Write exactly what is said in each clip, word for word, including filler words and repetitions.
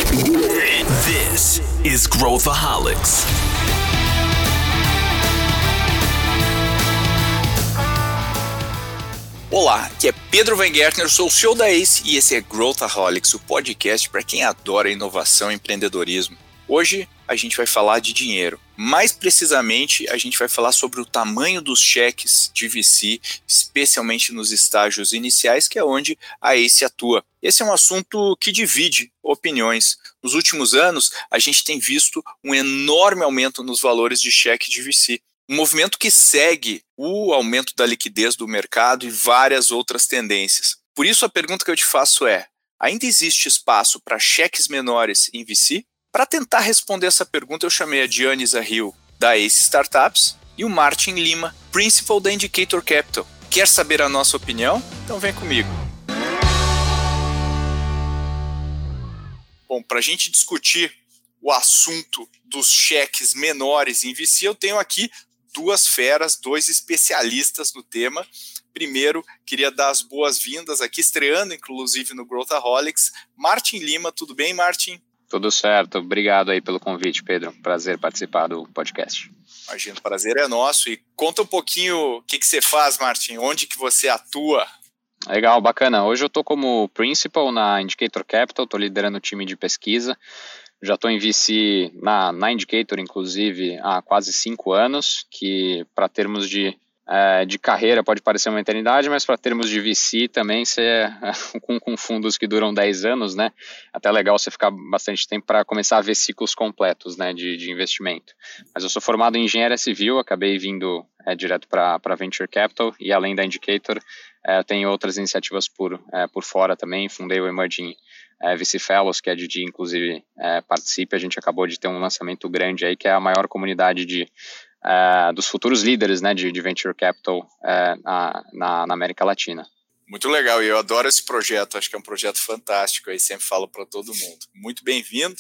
This is Growthaholics. Olá, aqui é Pedro Weingärtner, sou o C E O da Ace e esse é Growthaholics, o podcast para quem adora inovação e empreendedorismo. Hoje a gente vai falar de dinheiro. Mais precisamente, a gente vai falar sobre o tamanho dos cheques de V C, especialmente nos estágios iniciais, que é onde a Ace atua. Esse é um assunto que divide opiniões. Nos últimos anos, a gente tem visto um enorme aumento nos valores de cheque de V C. Um movimento que segue o aumento da liquidez do mercado e várias outras tendências. Por isso, a pergunta que eu te faço é: ainda existe espaço para cheques menores em V C? Para tentar responder essa pergunta, eu chamei a Diane Zahil, da Ace Startups, e o Martin Lima, Principal da Indicator Capital. Quer saber a nossa opinião? Então vem comigo. Bom, para a gente discutir o assunto dos cheques menores em V C, eu tenho aqui duas feras, dois especialistas no tema. Primeiro, queria dar as boas-vindas aqui, estreando inclusive no Growthaholics, Martin Lima. Tudo bem, Martin? Tudo certo, obrigado aí pelo convite, Pedro. Prazer participar do podcast. Imagino, o prazer é nosso. E conta um pouquinho o que, que você faz, Martin, onde que você atua? Legal, bacana. Hoje eu estou como Principal na Indicator Capital, estou liderando o time de pesquisa. Já estou em V C na, na Indicator, inclusive, há quase cinco anos, que para termos de, é, de carreira pode parecer uma eternidade, mas para termos de V C também, você, é, com, com fundos que duram dez anos, né? Até legal você ficar bastante tempo para começar a ver ciclos completos, né, de, de investimento. Mas eu sou formado em engenharia civil, acabei vindo é, direto para Venture Capital e além da Indicator, é, tenho outras iniciativas por, é, por fora também. Fundei o Emerging É, V C Fellows, que a Didi, inclusive, é, participa. A gente acabou de ter um lançamento grande aí, que é a maior comunidade de, é, dos futuros líderes, né, de, de Venture Capital é, na, na, na América Latina. Muito legal, e eu adoro esse projeto, acho que é um projeto fantástico, aí sempre falo para todo mundo. Muito bem-vindo.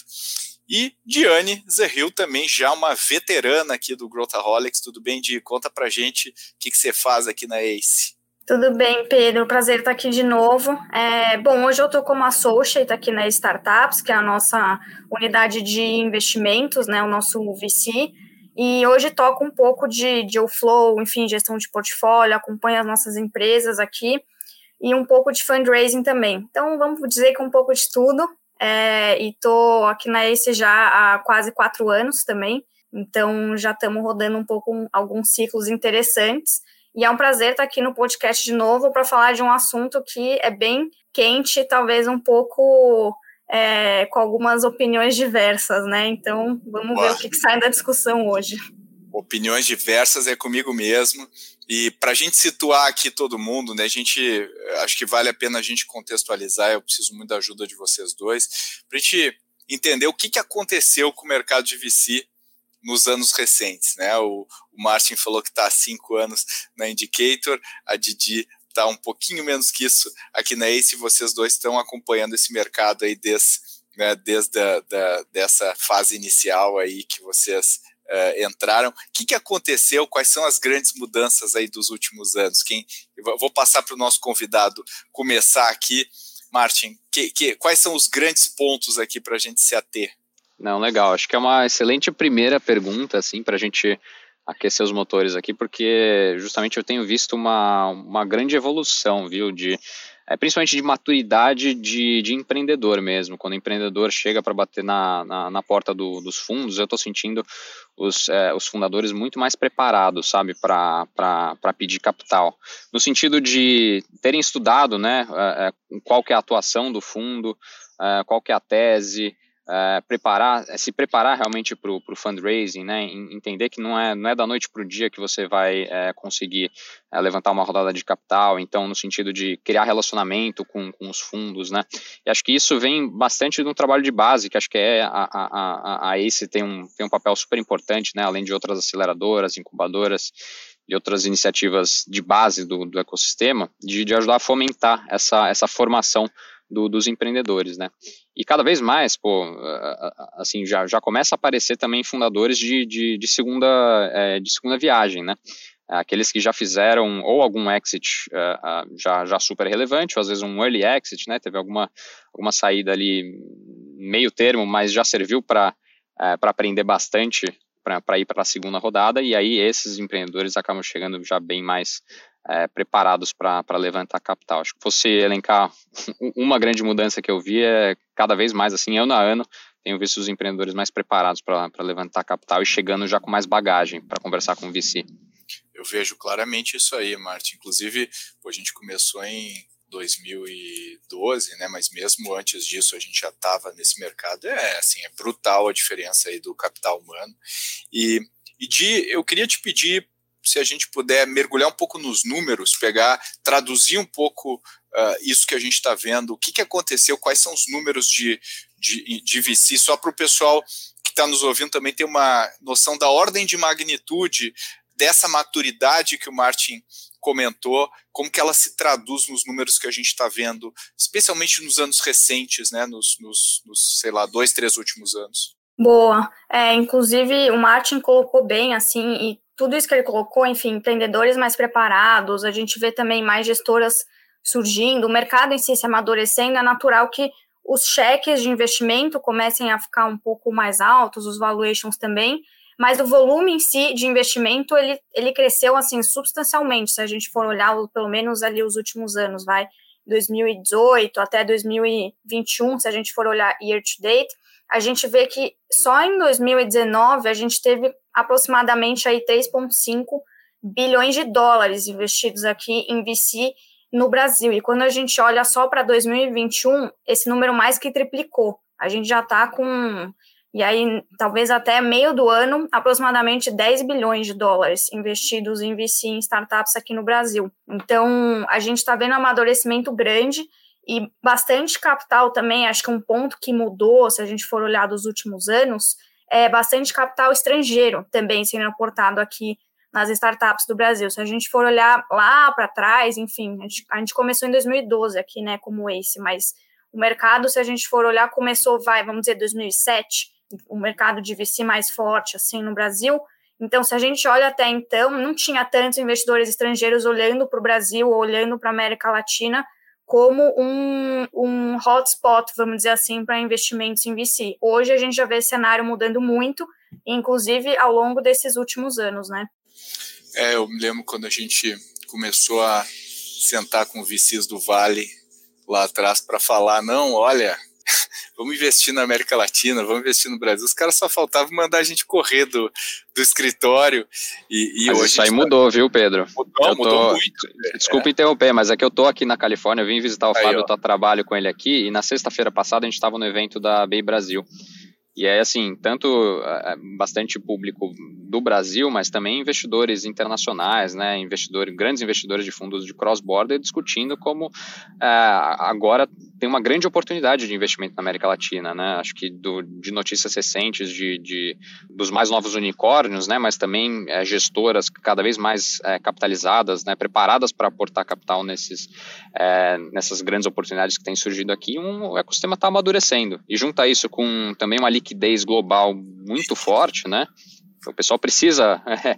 E Diane Zahil também, já uma veterana aqui do Growthaholics. Tudo bem, Di? Conta pra gente o que, que você faz aqui na Ace. Tudo bem, Pedro, prazer estar aqui de novo. É, bom, hoje eu estou como associate aqui na Startups, que é a nossa unidade de investimentos, né, o nosso V C, e hoje toco um pouco de deal flow, enfim, gestão de portfólio, acompanho as nossas empresas aqui, e um pouco de fundraising também. Então, vamos dizer que um pouco de tudo, é, e estou aqui na Ace já há quase quatro anos também, então já estamos rodando um pouco alguns ciclos interessantes. E é um prazer estar aqui no podcast de novo para falar de um assunto que é bem quente, talvez um pouco é, com algumas opiniões diversas, né? Então, vamos Boa. ver o que, que sai da discussão hoje. Opiniões diversas é comigo mesmo. E para a gente situar aqui todo mundo, né? A gente, acho que vale a pena a gente contextualizar, eu preciso muito da ajuda de vocês dois, para a gente entender o que, que aconteceu com o mercado de V C nos anos recentes, né? O, o Martin falou que está há cinco anos na Indicator, a Didi está um pouquinho menos que isso aqui na Ace, e vocês dois estão acompanhando esse mercado aí desde, né, desde a, da, dessa fase inicial aí que vocês uh, entraram. O que, que aconteceu? Quais são as grandes mudanças aí dos últimos anos? Quem, eu vou passar para o nosso convidado começar aqui. Martin, que, que, quais são os grandes pontos aqui para a gente se ater? Não, legal. Acho que é uma excelente primeira pergunta, assim, para a gente aquecer os motores aqui, porque justamente eu tenho visto uma, uma grande evolução, viu, de, é, principalmente de maturidade de, de empreendedor mesmo. Quando o empreendedor chega para bater na, na, na porta do, dos fundos, eu estou sentindo os, é, os fundadores muito mais preparados, sabe, para pedir capital. No sentido de terem estudado, né, é, qual que é a atuação do fundo, é, qual que é a tese, Uh, preparar, se preparar realmente para o fundraising, né? Entender que não é, não é da noite para o dia que você vai é, conseguir é, levantar uma rodada de capital, então no sentido de criar relacionamento com, com os fundos, né? E acho que isso vem bastante de um trabalho de base, que acho que é a, a, a, a Ace tem um, tem um papel super importante, né? Além de outras aceleradoras, incubadoras e outras iniciativas de base do, do ecossistema, de, de ajudar a fomentar essa, essa formação Do, dos empreendedores, né? E cada vez mais, pô, assim, já, já começa a aparecer também fundadores de, de, de, segunda, é, de segunda viagem, né? Aqueles que já fizeram ou algum exit uh, uh, já, já super relevante, ou às vezes um early exit, né? Teve alguma, alguma saída ali meio termo, mas já serviu para é, para aprender bastante para ir para a segunda rodada, e aí esses empreendedores acabam chegando já bem mais é, preparados para levantar capital. Acho que fosse elencar uma grande mudança que eu vi é cada vez mais, assim, ano a ano, tenho visto os empreendedores mais preparados para levantar capital e chegando já com mais bagagem para conversar com o V C. Eu vejo claramente isso aí, Martin. Inclusive, pô, a gente começou em dois mil e doze, né? Mas mesmo antes disso a gente já estava nesse mercado. É assim, é brutal a diferença aí do capital humano. E, e Di, eu queria te pedir se a gente puder mergulhar um pouco nos números, pegar, traduzir um pouco uh, isso que a gente está vendo, o que, que aconteceu, quais são os números de, de, de V C, só para o pessoal que está nos ouvindo também ter uma noção da ordem de magnitude dessa maturidade que o Martin comentou, como que ela se traduz nos números que a gente está vendo, especialmente nos anos recentes, né, nos, nos, nos, sei lá, dois, três últimos anos. Boa. É, inclusive, o Martin colocou bem, assim, e tudo isso que ele colocou, enfim, empreendedores mais preparados, a gente vê também mais gestoras surgindo, o mercado em si se amadurecendo, é natural que os cheques de investimento comecem a ficar um pouco mais altos, os valuations também, mas o volume em si de investimento, ele, ele cresceu, assim, substancialmente, se a gente for olhar pelo menos ali os últimos anos, vai, dois mil e dezoito até dois mil e vinte e um, se a gente for olhar year to date, a gente vê que só em dois mil e dezenove a gente teve aproximadamente aí três vírgula cinco bilhões de dólares investidos aqui em V C no Brasil, e quando a gente olha só para dois mil e vinte e um, esse número mais que triplicou, a gente já está com... E aí, talvez até meio do ano, aproximadamente dez bilhões de dólares investidos em V C em startups aqui no Brasil. Então, a gente está vendo um amadurecimento grande e bastante capital também. Acho que um ponto que mudou, se a gente for olhar dos últimos anos, é bastante capital estrangeiro também sendo aportado aqui nas startups do Brasil. Se a gente for olhar lá para trás, enfim, a gente, a gente começou em dois mil e doze aqui, né, como Ace, mas o mercado, se a gente for olhar, começou, vai, vamos dizer, dois mil e sete, o mercado de V C mais forte, assim, no Brasil. Então, se a gente olha até então, não tinha tantos investidores estrangeiros olhando para o Brasil, ou olhando para a América Latina, como um, um hotspot, vamos dizer assim, para investimentos em V C. Hoje, a gente já vê esse cenário mudando muito, inclusive ao longo desses últimos anos, né? É, eu me lembro quando a gente começou a sentar com V Cs do Vale lá atrás para falar, não, olha... vamos investir na América Latina, vamos investir no Brasil. Os caras só faltavam mandar a gente correr do, do escritório. E, e mas hoje isso aí tá... mudou, viu, Pedro? Mudou, eu mudou tô... muito. Desculpa é. interromper, mas é que eu tô aqui na Califórnia, eu vim visitar o aí, Fábio, ó. eu trabalho com ele aqui, e na sexta-feira passada a gente estava no evento da Bay Brasil. E é assim, tanto é, bastante público do Brasil, mas também investidores internacionais, né, investidores, grandes investidores de fundos de cross-border discutindo como é, agora tem uma grande oportunidade de investimento na América Latina, né, acho que do, de notícias recentes de, de, dos mais novos unicórnios, né, mas também é, gestoras cada vez mais é, capitalizadas, né, preparadas para aportar capital nesses, é, nessas grandes oportunidades que têm surgido aqui, um, o ecossistema está amadurecendo, e junta isso com também uma liquidez global muito forte, né? O pessoal precisa é,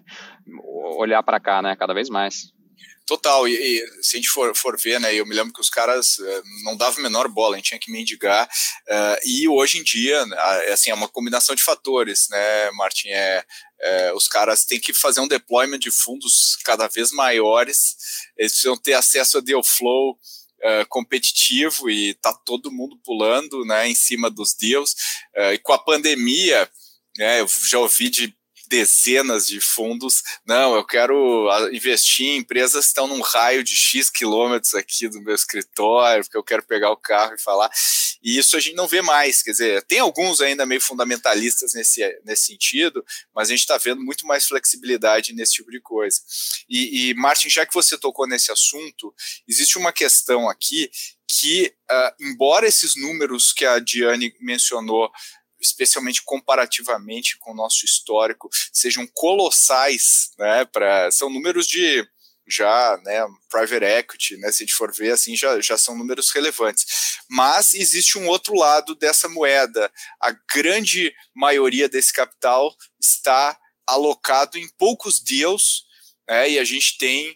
olhar para cá, né? Cada vez mais. Total, e, e se a gente for, for ver, né, eu me lembro que os caras uh, não davam a menor bola, a gente tinha que mendigar, uh, e hoje em dia, uh, assim, é uma combinação de fatores, né, Martin, é, é, os caras têm que fazer um deployment de fundos cada vez maiores, eles precisam ter acesso a deal flow Uh, competitivo e tá todo mundo pulando, né, em cima dos deals, uh, e com a pandemia, né, eu já ouvi de dezenas de fundos, não, eu quero investir em empresas que estão num raio de X quilômetros aqui do meu escritório, porque eu quero pegar o carro e falar, e isso a gente não vê mais, quer dizer, tem alguns ainda meio fundamentalistas nesse, nesse sentido, mas a gente está vendo muito mais flexibilidade nesse tipo de coisa. E, e Martin, já que você tocou nesse assunto, existe uma questão aqui que, uh, embora esses números que a Diane mencionou, especialmente comparativamente com o nosso histórico, sejam colossais, né, pra, são números de já, né, private equity, né, se a gente for ver, assim, já, já são números relevantes. Mas existe um outro lado dessa moeda. A grande maioria desse capital está alocado em poucos deals, né, e a gente tem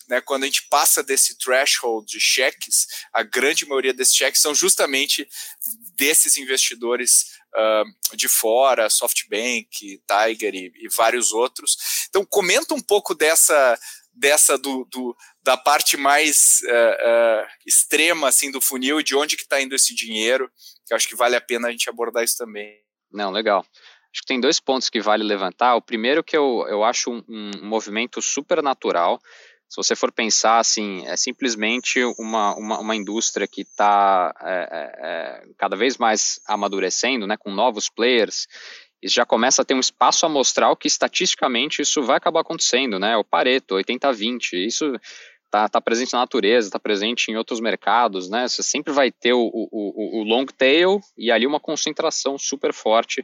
né, quando a gente passa desse threshold de cheques, a grande maioria desses cheques são justamente desses investidores uh, de fora, SoftBank, Tiger e, e vários outros. Então, comenta um pouco dessa, dessa do, do, da parte mais uh, uh, extrema assim, do funil e de onde que está indo esse dinheiro, que eu acho que vale a pena a gente abordar isso também. Não, legal. Acho que tem dois pontos que vale levantar. O primeiro que eu, eu acho um, um movimento super natural. Se você for pensar, assim, é simplesmente uma, uma, uma indústria que está é, é, cada vez mais amadurecendo, né, com novos players, e já começa a ter um espaço amostral que, estatisticamente, isso vai acabar acontecendo, né, o Pareto, oitenta a vinte, isso está tá presente na natureza, está presente em outros mercados, né, você sempre vai ter o, o, o long tail e ali uma concentração super forte,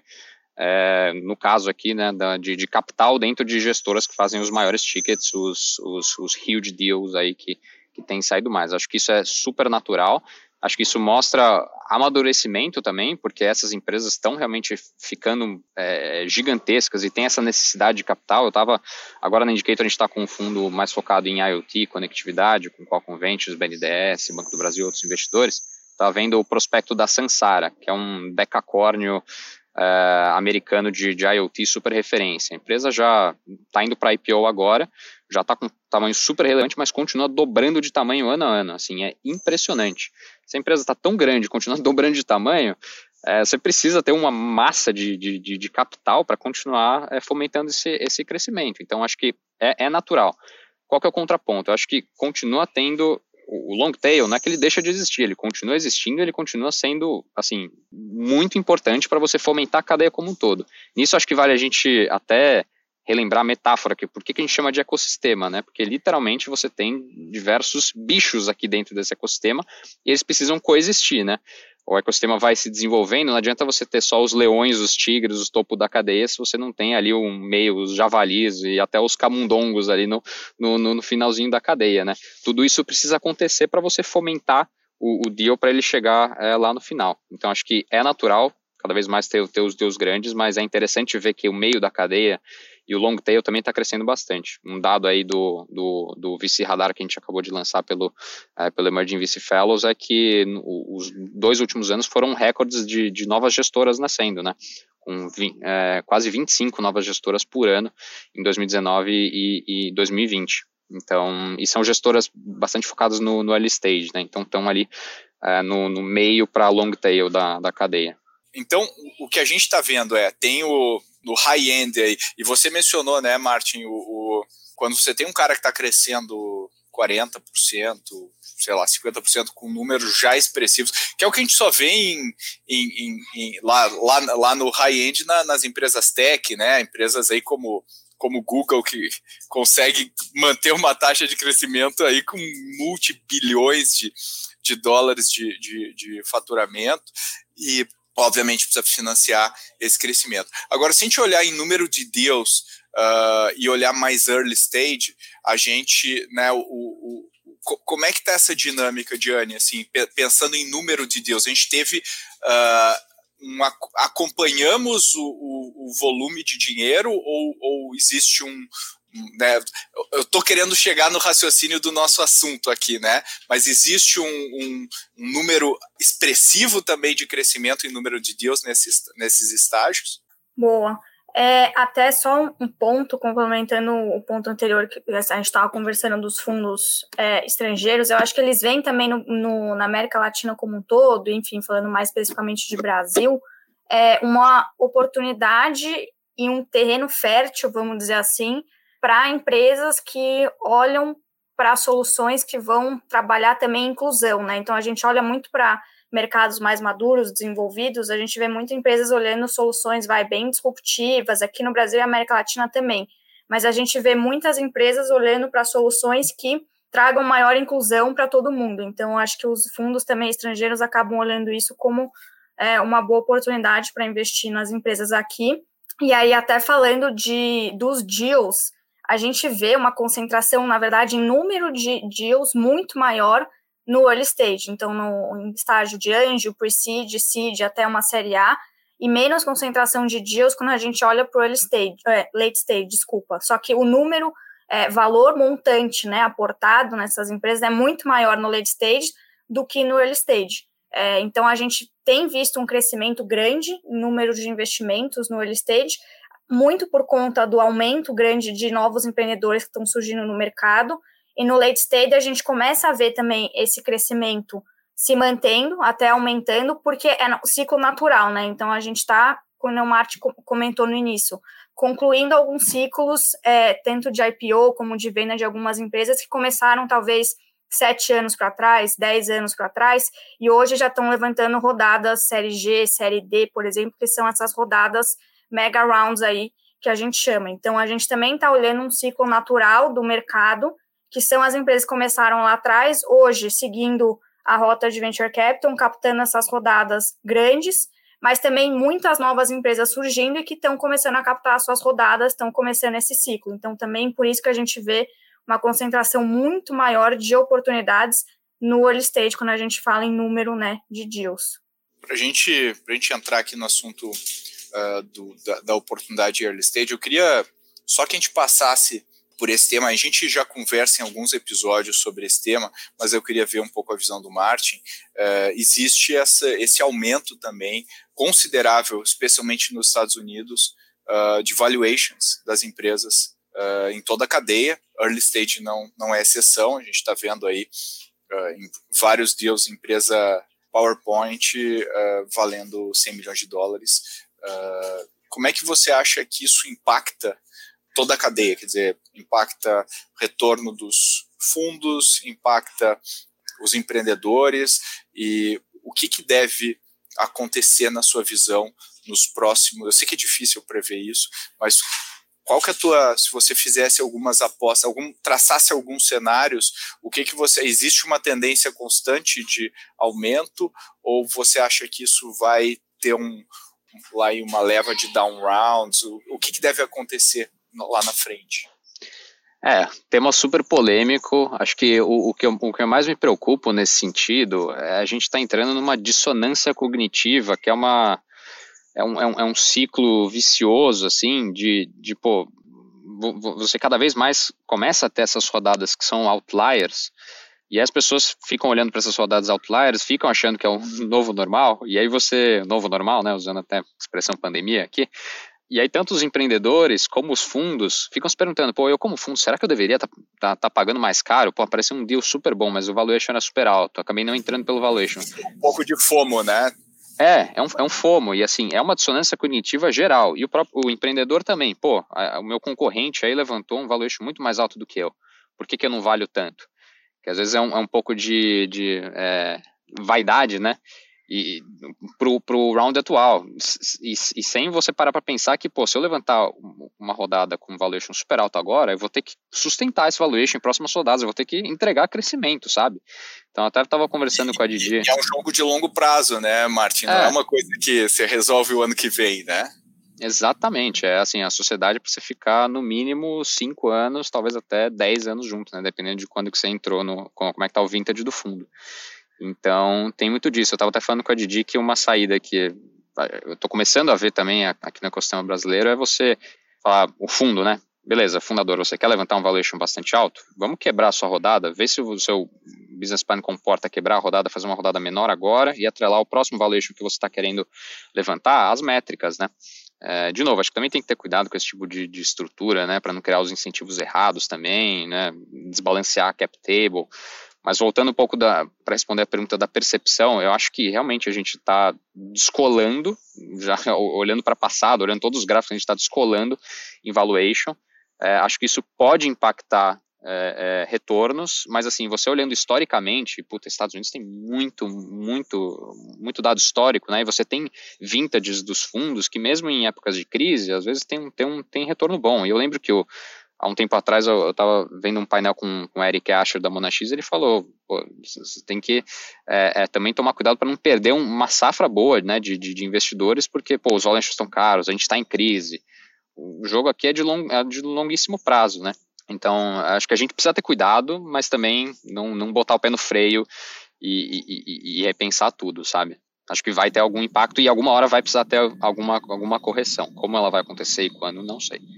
É, no caso aqui, né, da, de, de capital dentro de gestoras que fazem os maiores tickets, os, os, os huge deals aí que, que tem saído mais. Acho que isso é super natural, acho que isso mostra amadurecimento também, porque essas empresas estão realmente ficando é, gigantescas e tem essa necessidade de capital. Eu estava, agora na Indicator a gente está com um fundo mais focado em IoT, conectividade, com Qualcomm Ventures, B N D E S, Banco do Brasil e outros investidores. Estava vendo o prospecto da Sansara, que é um decacórnio Uh, americano de, de IoT super referência. A empresa já está indo para I P O agora, já está com tamanho super relevante, mas continua dobrando de tamanho ano a ano. Assim, é impressionante. Se a empresa está tão grande, continua dobrando de tamanho, é, você precisa ter uma massa de, de, de, de capital para continuar é, fomentando esse, esse crescimento. Então, acho que é, é natural. Qual que é o contraponto? Eu acho que continua tendo o long tail, não é que ele deixa de existir, ele continua existindo, ele continua sendo, assim, muito importante para você fomentar a cadeia como um todo. Nisso acho que vale a gente até relembrar a metáfora aqui, por que que a gente chama de ecossistema, né? Porque literalmente você tem diversos bichos aqui dentro desse ecossistema e eles precisam coexistir, né? O ecossistema vai se desenvolvendo, não adianta você ter só os leões, os tigres, os topos da cadeia, se você não tem ali um meio, os javalis e até os camundongos ali no, no, no finalzinho da cadeia, né? Tudo isso precisa acontecer para você fomentar o, o deal para ele chegar é, lá no final. Então, acho que é natural, cada vez mais ter, ter os deals grandes, mas é interessante ver que o meio da cadeia e o long tail também está crescendo bastante. Um dado aí do, do, do V C Radar que a gente acabou de lançar pelo, é, pelo Emerging V C Fellows é que no, os dois últimos anos foram recordes de, de novas gestoras nascendo, né? Com vi, é, quase vinte e cinco novas gestoras por ano em dois mil e dezenove e, e dois mil e vinte. Então, e são gestoras bastante focadas no, no early stage, né? Então estão ali é, no, no meio para long tail da, da cadeia. Então, o que a gente está vendo é, tem o no high-end aí, e você mencionou, né, Martin, o, o, quando você tem um cara que está crescendo quarenta por cento, sei lá, cinquenta por cento com números já expressivos, que é o que a gente só vê em, em, em, em, lá, lá, lá no high-end na, nas empresas tech, né, empresas aí como como Google, que consegue manter uma taxa de crescimento aí com multibilhões de, de dólares de, de, de faturamento, e obviamente precisa financiar esse crescimento. Agora, se a gente olhar em número de deals uh, e olhar mais early stage, a gente, né, o, o, o, como é que está essa dinâmica, Diane, assim, pensando em número de deals? A gente teve, uh, um, acompanhamos o, o, o volume de dinheiro ou, ou existe um, né, eu estou querendo chegar no raciocínio do nosso assunto aqui, né? Mas existe um, um, um número expressivo também de crescimento em número de deals nesses, nesses estágios? Boa. É, até só um ponto, complementando o ponto anterior que a gente estava conversando dos fundos é, estrangeiros, eu acho que eles vêm também no, no, na América Latina como um todo, enfim, falando mais especificamente de Brasil, é uma oportunidade e um terreno fértil, vamos dizer assim, para empresas que olham para soluções que vão trabalhar também inclusão, né? Então, a gente olha muito para mercados mais maduros, desenvolvidos, a gente vê muitas empresas olhando soluções, vai, bem disruptivas, aqui no Brasil e América Latina também, mas a gente vê muitas empresas olhando para soluções que tragam maior inclusão para todo mundo. Então, acho que os fundos também estrangeiros acabam olhando isso como é, uma boa oportunidade para investir nas empresas aqui. E aí, até falando de, dos deals, a gente vê uma concentração, na verdade, em número de deals muito maior no early stage, então no estágio de anjo, pre-seed, seed, até uma série A, e menos concentração de deals quando a gente olha para o early stage, é, late stage, desculpa. Só que o número é, valor montante, né, aportado nessas empresas é muito maior no late stage do que no early stage. É, então, a gente tem visto um crescimento grande em número de investimentos no early stage, muito por conta do aumento grande de novos empreendedores que estão surgindo no mercado, e no late stage a gente começa a ver também esse crescimento se mantendo, até aumentando, porque é o ciclo natural, né? Então, a gente está, como o Martin comentou no início, concluindo alguns ciclos, é, tanto de I P O como de venda de algumas empresas que começaram talvez sete anos para trás, dez anos para trás, e hoje já estão levantando rodadas série G, série D, por exemplo, que são essas rodadas mega rounds aí, que a gente chama. Então, a gente também está olhando um ciclo natural do mercado, que são as empresas que começaram lá atrás, hoje seguindo a rota de Venture Capital, captando essas rodadas grandes, mas também muitas novas empresas surgindo e que estão começando a captar as suas rodadas, estão começando esse ciclo. Então, também por isso que a gente vê uma concentração muito maior de oportunidades no early stage, quando a gente fala em número, né, de deals. Para gente, a gente entrar aqui no assunto uh, do, da, da oportunidade early stage, eu queria só que a gente passasse por esse tema. A gente já conversa em alguns episódios sobre esse tema, mas eu queria ver um pouco a visão do Martin. Uh, existe essa, esse aumento também considerável, especialmente nos Estados Unidos, uh, de valuations das empresas uh, em toda a cadeia. Early stage não, não é exceção. A gente está vendo aí uh, em vários deals, empresa PowerPoint uh, valendo cem milhões de dólares. Uh, como é que você acha que isso impacta toda a cadeia? Quer dizer, impacta o retorno dos fundos, impacta os empreendedores, e o que, que deve acontecer na sua visão nos próximos... Eu sei que é difícil prever isso, mas qual que é a tua... Se você fizesse algumas apostas, algum, traçasse alguns cenários, o que que você... Existe uma tendência constante de aumento, ou você acha que isso vai ter um, lá uma leva de down rounds? O, o que, que deve acontecer lá na frente? É, tema super polêmico. Acho que o, o, que eu, o que eu mais me preocupo nesse sentido é a gente está entrando numa dissonância cognitiva, que é uma é um, é um, é um ciclo vicioso, assim, de, de pô, você cada vez mais começa a ter essas rodadas que são outliers, e as pessoas ficam olhando para essas rodadas outliers, ficam achando que é o novo normal, e aí você, novo normal, né, usando até a expressão pandemia aqui. E aí tanto os empreendedores como os fundos ficam se perguntando, pô, eu como fundo, será que eu deveria estar tá, tá, tá pagando mais caro? Pô, apareceu um deal super bom, mas o valuation era super alto, eu acabei não entrando pelo valuation. Um pouco de FOMO, né? É, é um, é um FOMO, e assim, é uma dissonância cognitiva geral, e o próprio o empreendedor também, pô, a, o meu concorrente aí levantou um valuation muito mais alto do que eu, por que que eu não valho tanto? Que às vezes é um, é um pouco de, de é, vaidade, né? E pro, pro round atual, e, e sem você parar para pensar que, pô, se eu levantar uma rodada com valuation super alto agora, eu vou ter que sustentar esse valuation em próximas rodadas, eu vou ter que entregar crescimento, sabe? Então eu até estava conversando com a Didi. E é um jogo de longo prazo, né, Martin? Não é, é uma coisa que você resolve o ano que vem, né? Exatamente, é assim, a sociedade precisa ficar no mínimo cinco anos, talvez até dez anos juntos, né, dependendo de quando que você entrou, no, como é que tá o vintage do fundo. Então, tem muito disso. Eu estava até falando com a Didi que uma saída que eu estou começando a ver também aqui no ecossistema brasileiro é você falar, o fundo, né? Beleza, fundador, você quer levantar um valuation bastante alto? Vamos quebrar a sua rodada, ver se o seu business plan comporta quebrar a rodada, fazer uma rodada menor agora e atrelar o próximo valuation que você está querendo levantar às métricas, né? É, de novo, acho que também tem que ter cuidado com esse tipo de, de estrutura, né? Para não criar os incentivos errados também, né? Desbalancear a cap table. Mas voltando um pouco para responder a pergunta da percepção, eu acho que realmente a gente está descolando, já olhando para o passado, olhando todos os gráficos, a gente está descolando em valuation. É, acho que isso pode impactar é, é, retornos, mas assim, você olhando historicamente, puta, Estados Unidos tem muito, muito, muito dado histórico, né? E você tem vintages dos fundos que mesmo em épocas de crise, às vezes tem, tem, um, tem retorno bom. E eu lembro que o há um tempo atrás eu estava vendo um painel com, com o Eric Asher da Monax, ele falou, pô, você tem que é, é, também tomar cuidado para não perder um, uma safra boa, né, de, de, de investidores, porque pô, os valuations estão caros, a gente está em crise, o jogo aqui é de, long, é de longuíssimo prazo, né, então acho que a gente precisa ter cuidado, mas também não, não botar o pé no freio e, e, e, e repensar tudo, sabe. Acho que vai ter algum impacto e alguma hora vai precisar ter alguma, alguma correção, como ela vai acontecer e quando, não sei.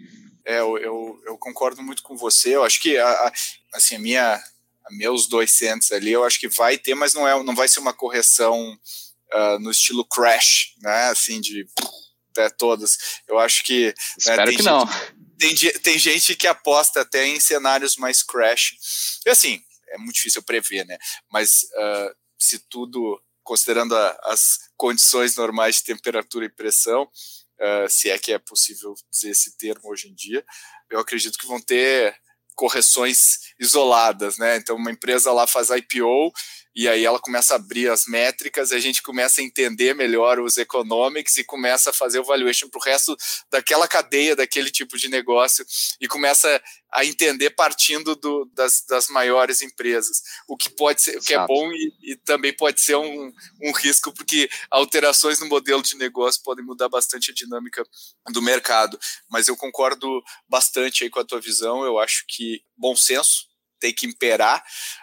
É, eu, eu, eu concordo muito com você. Eu acho que a, a, assim, a minha, a meus dois cents ali, eu acho que vai ter, mas não, é, não vai ser uma correção uh, no estilo crash, né? Assim, de é, todas. Eu acho que... Espero né, tem que gente, não. Tem, tem gente que aposta até em cenários mais crash. E assim, é muito difícil prever, né? Mas uh, se tudo, considerando a, as condições normais de temperatura e pressão, Uh, se é que é possível dizer esse termo hoje em dia, eu acredito que vão ter correções isoladas, né? Então uma empresa lá faz I P O e aí ela começa a abrir as métricas, a gente começa a entender melhor os economics e começa a fazer o valuation para o resto daquela cadeia, daquele tipo de negócio, e começa a entender partindo do, das, das maiores empresas, o que pode ser, o que é bom e, e também pode ser um, um risco, porque alterações no modelo de negócio podem mudar bastante a dinâmica do mercado. Mas eu concordo bastante aí com a tua visão. Eu acho que bom senso tem que imperar,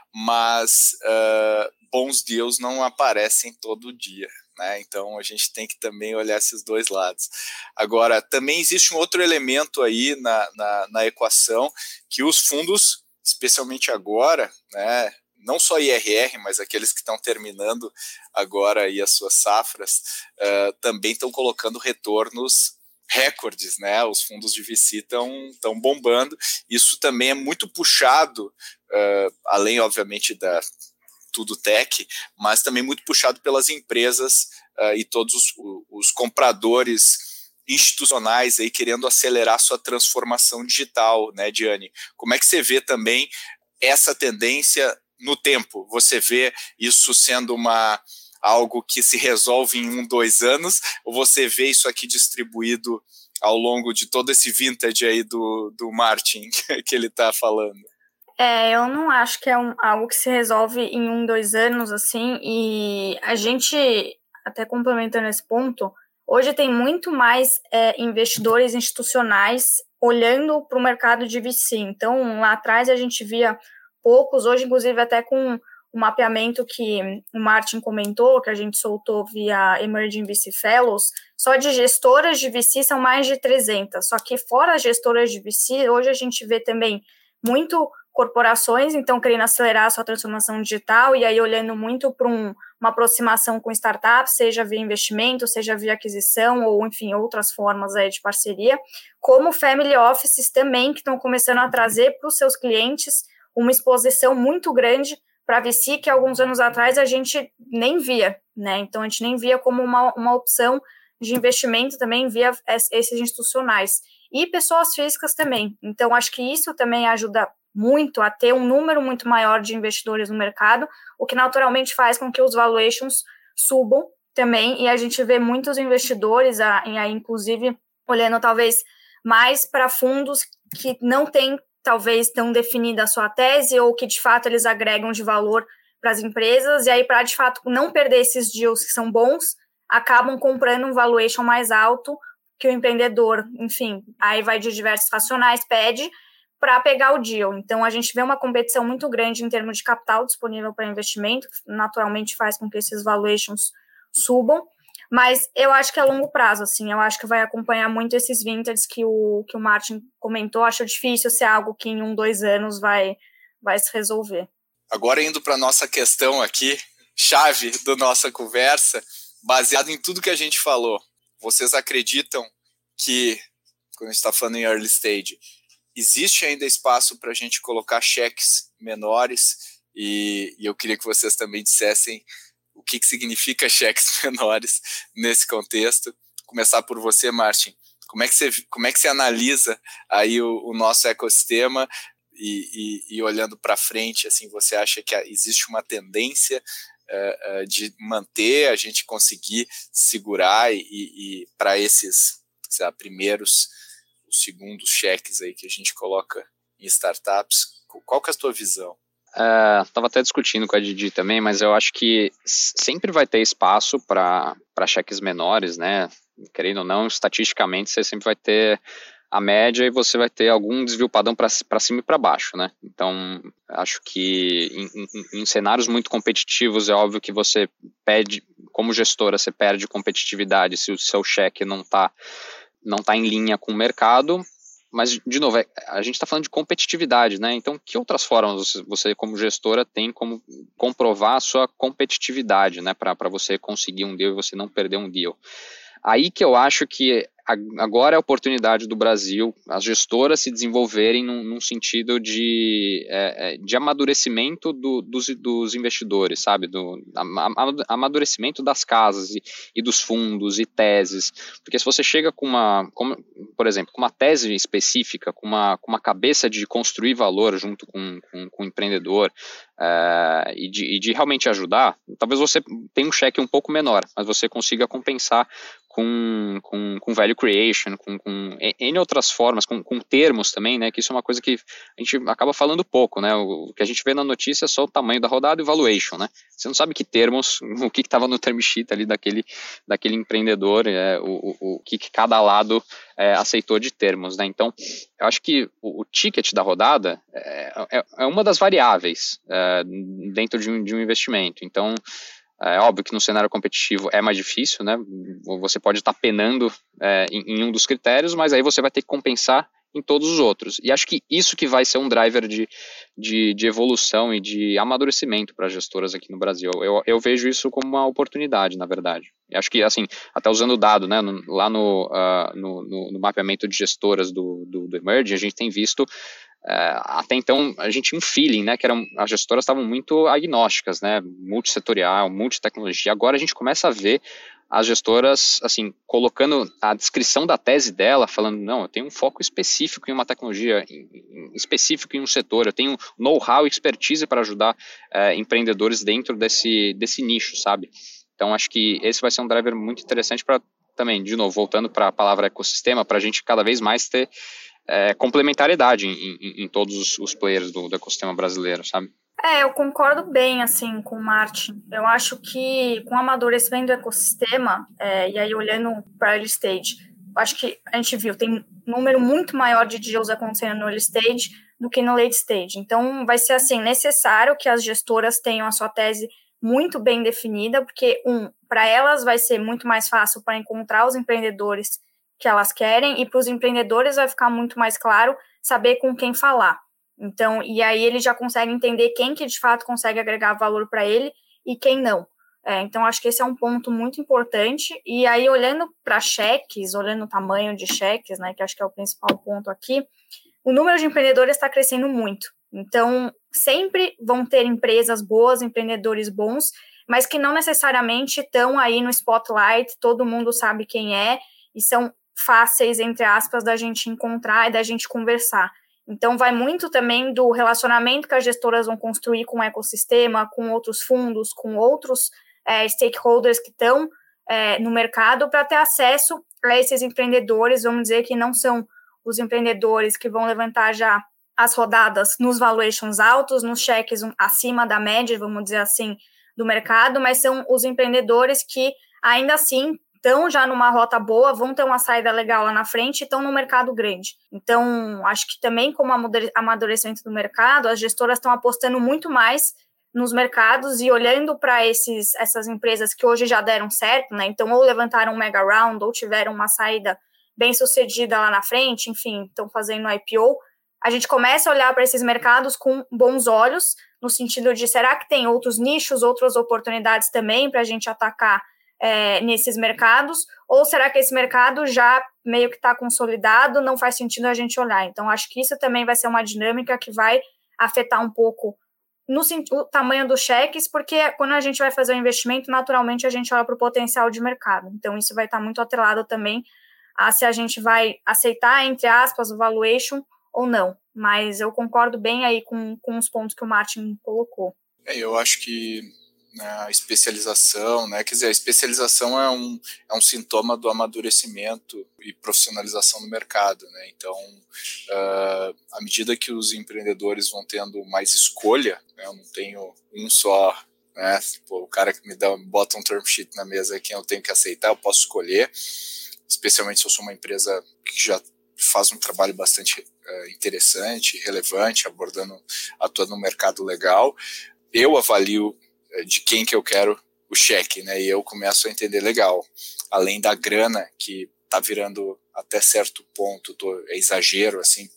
mas uh, bons deals não aparecem todo dia, né? Então a gente tem que também olhar esses dois lados. Agora, também existe um outro elemento aí na, na, na equação, que os fundos, especialmente agora, né, não só I R R, mas aqueles que estão terminando agora aí as suas safras, uh, também estão colocando retornos recordes, né? Os fundos de V C estão bombando. Isso também é muito puxado, uh, além, obviamente, da tudo tech, mas também muito puxado pelas empresas uh, e todos os, os compradores institucionais aí querendo acelerar sua transformação digital, né, Diane? Como é que você vê também essa tendência no tempo? Você vê isso sendo uma... algo que se resolve em um, dois anos, ou você vê isso aqui distribuído ao longo de todo esse vintage aí do, do Martin que ele está falando? É, eu não acho que é um, algo que se resolve em um, dois anos, assim, e a gente, até complementando esse ponto, hoje tem muito mais é, investidores institucionais olhando para o mercado de V C. Então, lá atrás a gente via poucos, hoje inclusive até com o mapeamento que o Martin comentou, que a gente soltou via Emerging V C Fellows, só de gestoras de V C são mais de trezentas, só que fora as gestoras de V C, hoje a gente vê também muito corporações, então, querendo acelerar a sua transformação digital, e aí olhando muito para um, uma aproximação com startups, seja via investimento, seja via aquisição, ou, enfim, outras formas aí de parceria, como family offices também, que estão começando a trazer para os seus clientes uma exposição muito grande para V C, que alguns anos atrás a gente nem via, né? Então, a gente nem via como uma, uma opção de investimento também via esses institucionais. E pessoas físicas também. Então, acho que isso também ajuda muito a ter um número muito maior de investidores no mercado, o que naturalmente faz com que os valuations subam também, e a gente vê muitos investidores, aí, inclusive, olhando talvez mais para fundos que não têm talvez tão definida a sua tese, ou que de fato eles agregam de valor para as empresas, e aí para de fato não perder esses deals que são bons, acabam comprando um valuation mais alto que o empreendedor, enfim, aí vai de diversos racionais, pede para pegar o deal. Então a gente vê uma competição muito grande em termos de capital disponível para investimento, que naturalmente faz com que esses valuations subam, mas eu acho que é a longo prazo, assim, eu acho que vai acompanhar muito esses vintages que o, que o Martin comentou. Acho difícil ser algo que em um, dois anos vai, vai se resolver. Agora indo para a nossa questão aqui, chave da nossa conversa, baseado em tudo que a gente falou, vocês acreditam que, quando a gente está falando em early stage, existe ainda espaço para a gente colocar cheques menores? E, e eu queria que vocês também dissessem o que, que significa cheques menores nesse contexto. Começar por você, Martin. Como é que você, como é que você analisa aí o, o nosso ecossistema e, e, e olhando para frente, assim, você acha que existe uma tendência uh, uh, de manter, a gente conseguir segurar e, e para esses, sei lá, primeiros, os segundos cheques aí que a gente coloca em startups? Qual que é a tua visão? Estava uh, até discutindo com a Didi também, mas eu acho que sempre vai ter espaço para cheques menores, né? Querendo ou não, estatisticamente você sempre vai ter a média e você vai ter algum desvio padrão para cima e para baixo, né? Então, acho que em, em, em cenários muito competitivos é óbvio que você perde, como gestora, você perde competitividade se o seu cheque não está não tá em linha com o mercado, mas, de novo, é, a gente está falando de competitividade, né? Então, que outras formas você, você, como gestora, tem como comprovar a sua competitividade, né? Para você conseguir um deal e você não perder um deal. Aí que eu acho que agora é a oportunidade do Brasil, as gestoras se desenvolverem num, num sentido de, é, de amadurecimento do, dos, dos investidores, sabe? Do amadurecimento das casas e, e dos fundos e teses. Porque se você chega com uma, com, por exemplo, com uma tese específica, com uma, com uma cabeça de construir valor junto com, com, com o empreendedor, é, e, de, e de realmente ajudar, talvez você tenha um cheque um pouco menor, mas você consiga compensar com, com, com value creation, com, com N outras formas, com, com termos também, né, que isso é uma coisa que a gente acaba falando pouco, né, o, o que a gente vê na notícia é só o tamanho da rodada e o valuation, né, você não sabe que termos, o que estava no term sheet ali daquele, daquele empreendedor, é, o, o, o que, que cada lado é, aceitou de termos, né, então eu acho que o, o ticket da rodada é, é, é uma das variáveis é, dentro de um, de um investimento, então é óbvio que no cenário competitivo é mais difícil, né? Você pode estar penando é, em, em um dos critérios, mas aí você vai ter que compensar em todos os outros. E acho que isso que vai ser um driver de, de, de evolução e de amadurecimento para as gestoras aqui no Brasil. Eu, eu vejo isso como uma oportunidade, na verdade. E acho que, assim, até usando o dado, né? No, lá no, uh, no, no, no mapeamento de gestoras do, do, do Emerging, a gente tem visto. Uh, até então, a gente tinha um feeling, né, que eram, as gestoras estavam muito agnósticas, né, multissetorial, multitecnologia. Agora a gente começa a ver as gestoras, assim, colocando a descrição da tese dela, falando, não, eu tenho um foco específico em uma tecnologia, em, em, específico em um setor, eu tenho know-how e expertise para ajudar uh, empreendedores dentro desse, desse nicho, sabe? Então, acho que esse vai ser um driver muito interessante para, também, de novo, voltando para a palavra ecossistema, para a gente cada vez mais ter É, complementariedade em, em, em todos os, os players do, do ecossistema brasileiro, sabe? É, eu concordo bem, assim, com o Martin. Eu acho que com o amadurecimento do ecossistema, é, e aí olhando para early stage, eu acho que a gente viu, tem um número muito maior de deals acontecendo no early stage do que no late stage. Então, vai ser, assim, necessário que as gestoras tenham a sua tese muito bem definida, porque, um, para elas vai ser muito mais fácil para encontrar os empreendedores que elas querem, e para os empreendedores vai ficar muito mais claro saber com quem falar. Então, e aí ele já consegue entender quem que de fato consegue agregar valor para ele e quem não. É, então, acho que esse é um ponto muito importante. E aí, olhando para cheques, olhando o tamanho de cheques, né, que acho que é o principal ponto aqui, o número de empreendedores está crescendo muito. Então, sempre vão ter empresas boas, empreendedores bons, mas que não necessariamente estão aí no spotlight, todo mundo sabe quem é, e são fáceis, entre aspas, da gente encontrar e da gente conversar. Então, vai muito também do relacionamento que as gestoras vão construir com o ecossistema, com outros fundos, com outros é, stakeholders que estão é, no mercado, para ter acesso a esses empreendedores, vamos dizer que não são os empreendedores que vão levantar já as rodadas nos valuations altos, nos cheques acima da média, vamos dizer assim, do mercado, mas são os empreendedores que, ainda assim, estão já numa rota boa, vão ter uma saída legal lá na frente e estão no mercado grande. Então, acho que também como amadurecimento do mercado, as gestoras estão apostando muito mais nos mercados e olhando para esses essas empresas que hoje já deram certo, né? Então, ou levantaram um mega round, ou tiveram uma saída bem sucedida lá na frente, enfim, estão fazendo I P O. A gente começa a olhar para esses mercados com bons olhos, no sentido de, será que tem outros nichos, outras oportunidades também para a gente atacar É, nesses mercados, ou será que esse mercado já meio que está consolidado, não faz sentido a gente olhar? Então, acho que isso também vai ser uma dinâmica que vai afetar um pouco no o tamanho dos cheques, porque quando a gente vai fazer o investimento, naturalmente a gente olha para o potencial de mercado. Então, isso vai estar muito atrelado também a se a gente vai aceitar, entre aspas, o valuation ou não. Mas eu concordo bem aí com, com os pontos que o Martin colocou. É, eu acho que a especialização, né? Quer dizer, a especialização é um, é um sintoma do amadurecimento e profissionalização do mercado, né? Então, uh, à medida que os empreendedores vão tendo mais escolha, né? Eu não tenho um só, né? Pô, o cara que me dá, bota um term sheet na mesa, quem eu tenho que aceitar, eu posso escolher, especialmente se eu sou uma empresa que já faz um trabalho bastante uh, interessante, relevante, abordando, atuando no mercado legal. Eu avalio de quem que eu quero o cheque, né, e eu começo a entender, legal, além da grana que tá virando até certo ponto, tô, é exagero assim,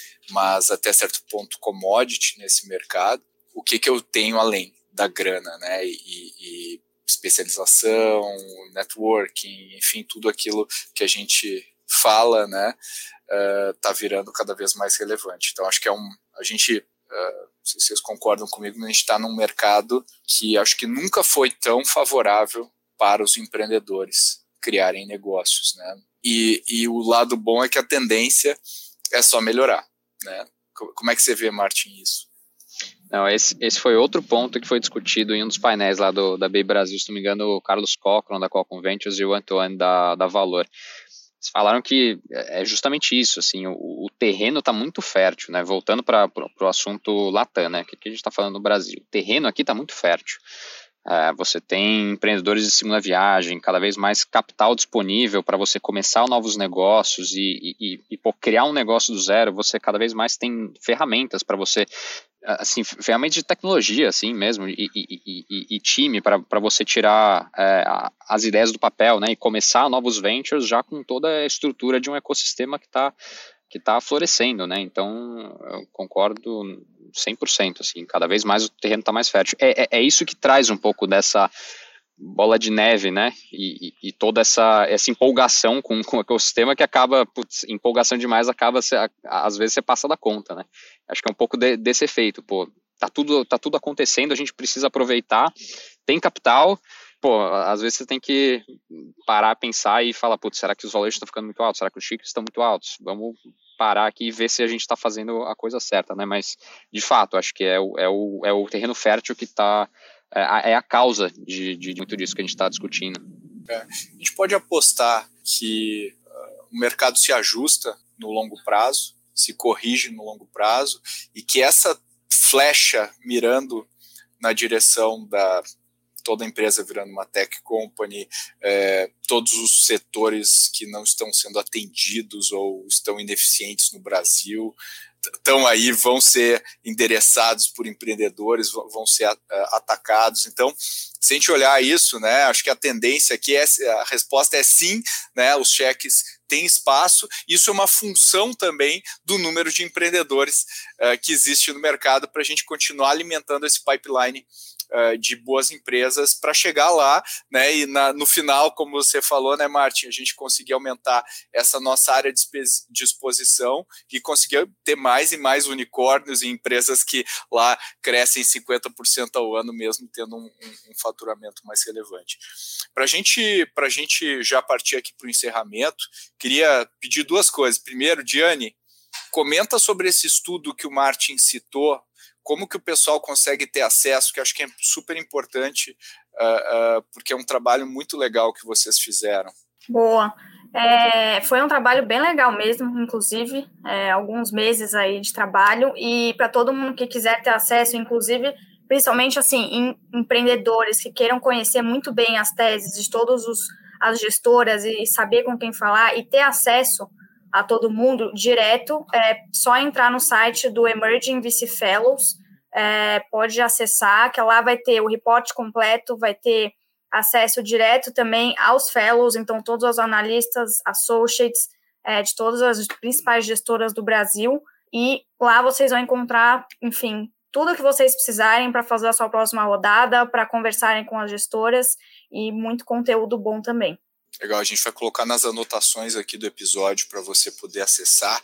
mas até certo ponto commodity nesse mercado. O que que eu tenho além da grana, né, e, e especialização, networking, enfim, tudo aquilo que a gente fala, né, uh, tá virando cada vez mais relevante. Então, acho que é um, a gente, uh, não sei se vocês concordam comigo, mas a gente está num mercado que acho que nunca foi tão favorável para os empreendedores criarem negócios, né, e, e o lado bom é que a tendência é só melhorar, né. Como é que você vê, Martin, isso? Não, esse, esse foi outro ponto que foi discutido em um dos painéis lá do, da B I Brasil, se não me engano, o Carlos Cochran, da Qualcomm Ventures, e o Antoine, da, da Valor. Eles falaram que é justamente isso, assim, o, o terreno está muito fértil, né? Voltando para o assunto Latam, né? Que, que a gente está falando no Brasil. O terreno aqui está muito fértil. É, você tem empreendedores de segunda viagem, cada vez mais capital disponível para você começar novos negócios e, e, e pô, criar um negócio do zero. Você cada vez mais tem ferramentas para você, assim, ferramentas de tecnologia, assim mesmo, e, e, e, e time para você tirar é, as ideias do papel, né, e começar novos ventures já com toda a estrutura de um ecossistema que está que tá florescendo, né, então eu concordo cem por cento, assim, cada vez mais o terreno está mais fértil. É, é, é isso que traz um pouco dessa bola de neve, né, e, e, e toda essa, essa empolgação com, com o ecossistema que acaba, putz, empolgação demais acaba, se, às vezes você passa da conta, né, acho que é um pouco de, desse efeito, pô, tá tudo, tá tudo acontecendo, a gente precisa aproveitar, tem capital, pô, às vezes você tem que parar, pensar e falar, putz, será que os valores estão ficando muito altos, será que os tickets estão muito altos, vamos parar aqui e ver se a gente está fazendo a coisa certa, né, mas, de fato, acho que é o, é o, é o terreno fértil que está é a causa de, de muito disso que a gente está discutindo. É, a gente pode apostar que uh, o mercado se ajusta no longo prazo, se corrige no longo prazo, e que essa flecha mirando na direção da toda a empresa virando uma tech company, é, todos os setores que não estão sendo atendidos ou estão ineficientes no Brasil, estão aí, vão ser endereçados por empreendedores, vão ser atacados. Então, se a gente olhar isso, né, acho que a tendência aqui, é, a resposta é sim, né, os cheques têm espaço, isso é uma função também do número de empreendedores uh, que existe no mercado para a gente continuar alimentando esse pipeline uh, de boas empresas para chegar lá, né, e na, no final, como você falou, né, Martin, a gente conseguir aumentar essa nossa área de exposição e conseguir ter mais e mais unicórnios e empresas que lá crescem cinquenta por cento ao ano mesmo, tendo um, um, um faturamento mais relevante. Para gente, a gente já partir aqui para o encerramento, queria pedir duas coisas. Primeiro, Diane, comenta sobre esse estudo que o Martin citou, como que o pessoal consegue ter acesso, que acho que é super importante, uh, uh, porque é um trabalho muito legal que vocês fizeram. Boa. É, foi um trabalho bem legal mesmo, inclusive, é, alguns meses aí de trabalho, e para todo mundo que quiser ter acesso, inclusive, principalmente assim, em, empreendedores que queiram conhecer muito bem as teses de todas as gestoras e saber com quem falar e ter acesso a todo mundo direto, é só entrar no site do Emerging V C Fellows, é, pode acessar, que lá vai ter o reporte completo, vai ter acesso direto também aos fellows, então todos os analistas, associates, é, de todas as principais gestoras do Brasil, e lá vocês vão encontrar, enfim, tudo que vocês precisarem para fazer a sua próxima rodada, para conversarem com as gestoras, e muito conteúdo bom também. Legal, a gente vai colocar nas anotações aqui do episódio para você poder acessar.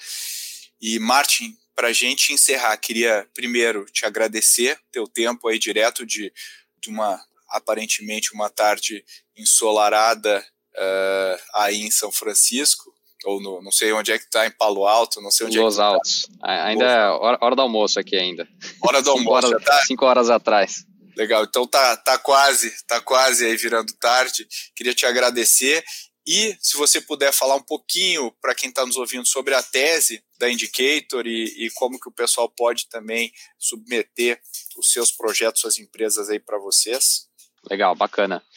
E, Martin, para a gente encerrar, queria primeiro te agradecer teu tempo aí direto de, de uma, aparentemente, uma tarde ensolarada uh, aí em São Francisco, ou no, não sei onde é que está, em Palo Alto, não sei onde Los é que Altos. Tá. Ainda é hora, hora do almoço aqui ainda. Hora do cinco almoço, horas, já tá? Cinco horas atrás. Legal, então tá, tá quase, tá quase aí virando tarde. Queria te agradecer e se você puder falar um pouquinho para quem está nos ouvindo sobre a tese da Indicator e, e como que o pessoal pode também submeter os seus projetos, suas empresas aí para vocês. Legal, bacana.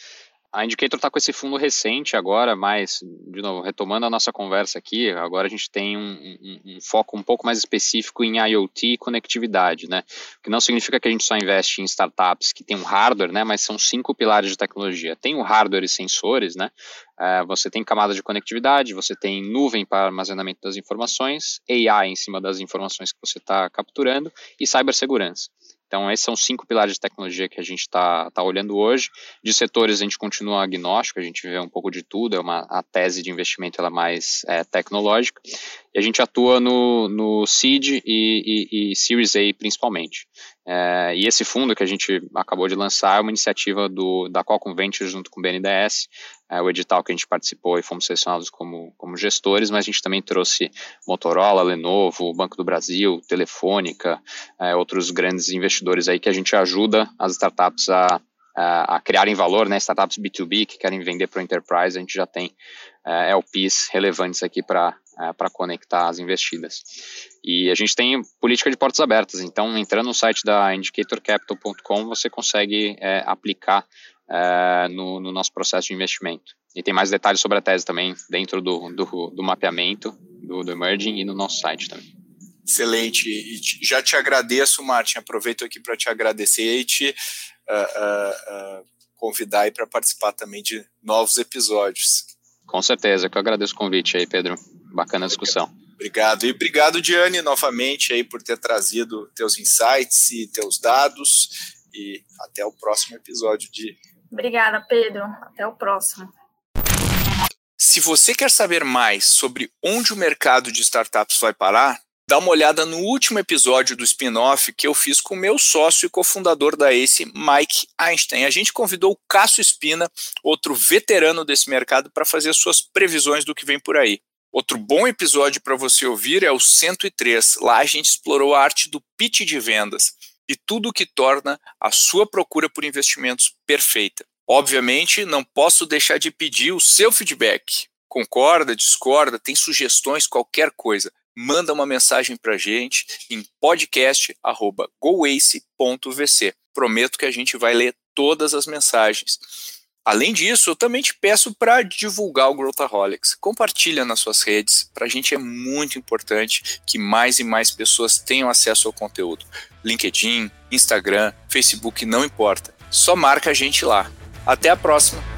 A Indicator está com esse fundo recente agora, mas, de novo, retomando a nossa conversa aqui, agora a gente tem um, um, um foco um pouco mais específico em IoT e conectividade, né? O que não significa que a gente só investe em startups que tem um hardware, né? Mas são cinco pilares de tecnologia. Tem o hardware e sensores, né? Uh, você tem camada de conectividade, você tem nuvem para armazenamento das informações, A I em cima das informações que você está capturando e cibersegurança. Então, esses são os cinco pilares de tecnologia que a gente está tá olhando hoje. De setores, a gente continua agnóstico, a gente vê um pouco de tudo, é uma, a tese de investimento ela é mais é, tecnológica. E a gente atua no, no Seed e, e, e Series A, principalmente. É, e esse fundo que a gente acabou de lançar é uma iniciativa do, da Qualcomm Ventures junto com o B N D E S, é, o edital que a gente participou e fomos selecionados como, como gestores, mas a gente também trouxe Motorola, Lenovo, Banco do Brasil, Telefônica, é, outros grandes investidores aí que a gente ajuda as startups a, a, a criarem valor, né, startups B dois B que querem vender para o enterprise, a gente já tem é, L Ps relevantes aqui para é, para conectar as investidas. E a gente tem política de portas abertas, então entrando no site da indicator capital ponto com você consegue é, aplicar é, no, no nosso processo de investimento. E tem mais detalhes sobre a tese também dentro do, do, do mapeamento, do, do emerging e no nosso site também. Excelente, e já te agradeço, Martin, aproveito aqui para te agradecer e te uh, uh, uh, convidar para participar também de novos episódios. Com certeza, eu que agradeço o convite aí, Pedro. Bacana a discussão. Obrigado. E obrigado, Diane, novamente aí por ter trazido teus insights e teus dados. E até o próximo episódio de... Obrigada, Pedro. Até o próximo. Se você quer saber mais sobre onde o mercado de startups vai parar, dá uma olhada no último episódio do spin-off que eu fiz com o meu sócio e cofundador da Ace, Mike Einstein. A gente convidou o Cássio Espina, outro veterano desse mercado, para fazer suas previsões do que vem por aí. Outro bom episódio para você ouvir é o cento e três. Lá a gente explorou a arte do pitch de vendas e tudo o que torna a sua procura por investimentos perfeita. Obviamente, não posso deixar de pedir o seu feedback. Concorda, discorda, tem sugestões, qualquer coisa. Manda uma mensagem para a gente em podcast arroba goace ponto v c. Prometo que a gente vai ler todas as mensagens. Além disso, eu também te peço para divulgar o Growthaholics. Compartilha nas suas redes. Para a gente é muito importante que mais e mais pessoas tenham acesso ao conteúdo. LinkedIn, Instagram, Facebook, não importa. Só marca a gente lá. Até a próxima!